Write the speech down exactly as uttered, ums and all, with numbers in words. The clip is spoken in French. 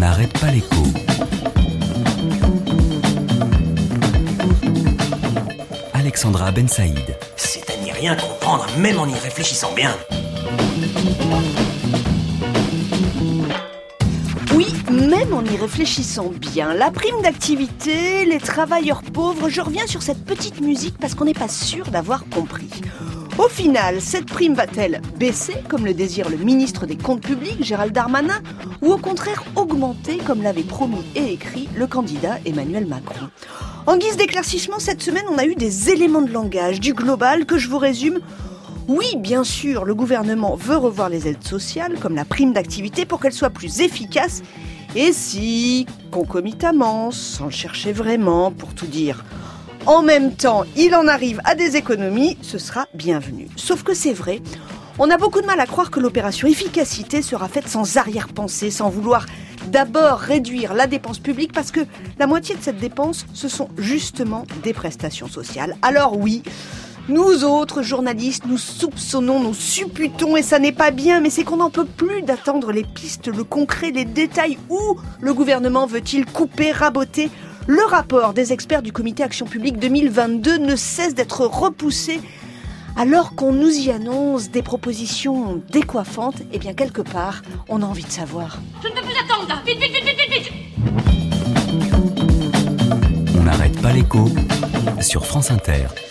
n'arrête pas l'écho. Alexandra Ben Saïd. C'est à n'y rien comprendre, même en y réfléchissant bien. Oui, même en y réfléchissant bien. La prime d'activité, les travailleurs pauvres, je reviens sur cette petite musique parce qu'on n'est pas sûr d'avoir compris. Au final, cette prime va-t-elle baisser, comme le désire le ministre des Comptes publics, Gérald Darmanin, ou au contraire augmenter, comme l'avait promis et écrit le candidat Emmanuel Macron ? En guise d'éclaircissement, cette semaine, on a eu des éléments de langage du global que je vous résume. Oui, bien sûr, le gouvernement veut revoir les aides sociales, comme la prime d'activité, pour qu'elles soient plus efficaces. Et si, concomitamment, sans le chercher vraiment, pour tout dire, en même temps, il en arrive à des économies, ce sera bienvenu. Sauf que c'est vrai, on a beaucoup de mal à croire que l'opération efficacité sera faite sans arrière-pensée, sans vouloir d'abord réduire la dépense publique, parce que la moitié de cette dépense, ce sont justement des prestations sociales. Alors oui, nous autres journalistes, nous soupçonnons, nous supputons, et ça n'est pas bien, mais c'est qu'on n'en peut plus d'attendre les pistes, le concret, les détails. Où le gouvernement veut-il couper, raboter ? Le rapport des experts du comité Action publique deux mille vingt-deux ne cesse d'être repoussé alors qu'on nous y annonce des propositions décoiffantes. Et bien quelque part, on a envie de savoir. Je ne peux plus attendre là. Vite, vite, vite, vite, vite. On n'arrête pas l'écho sur France Inter.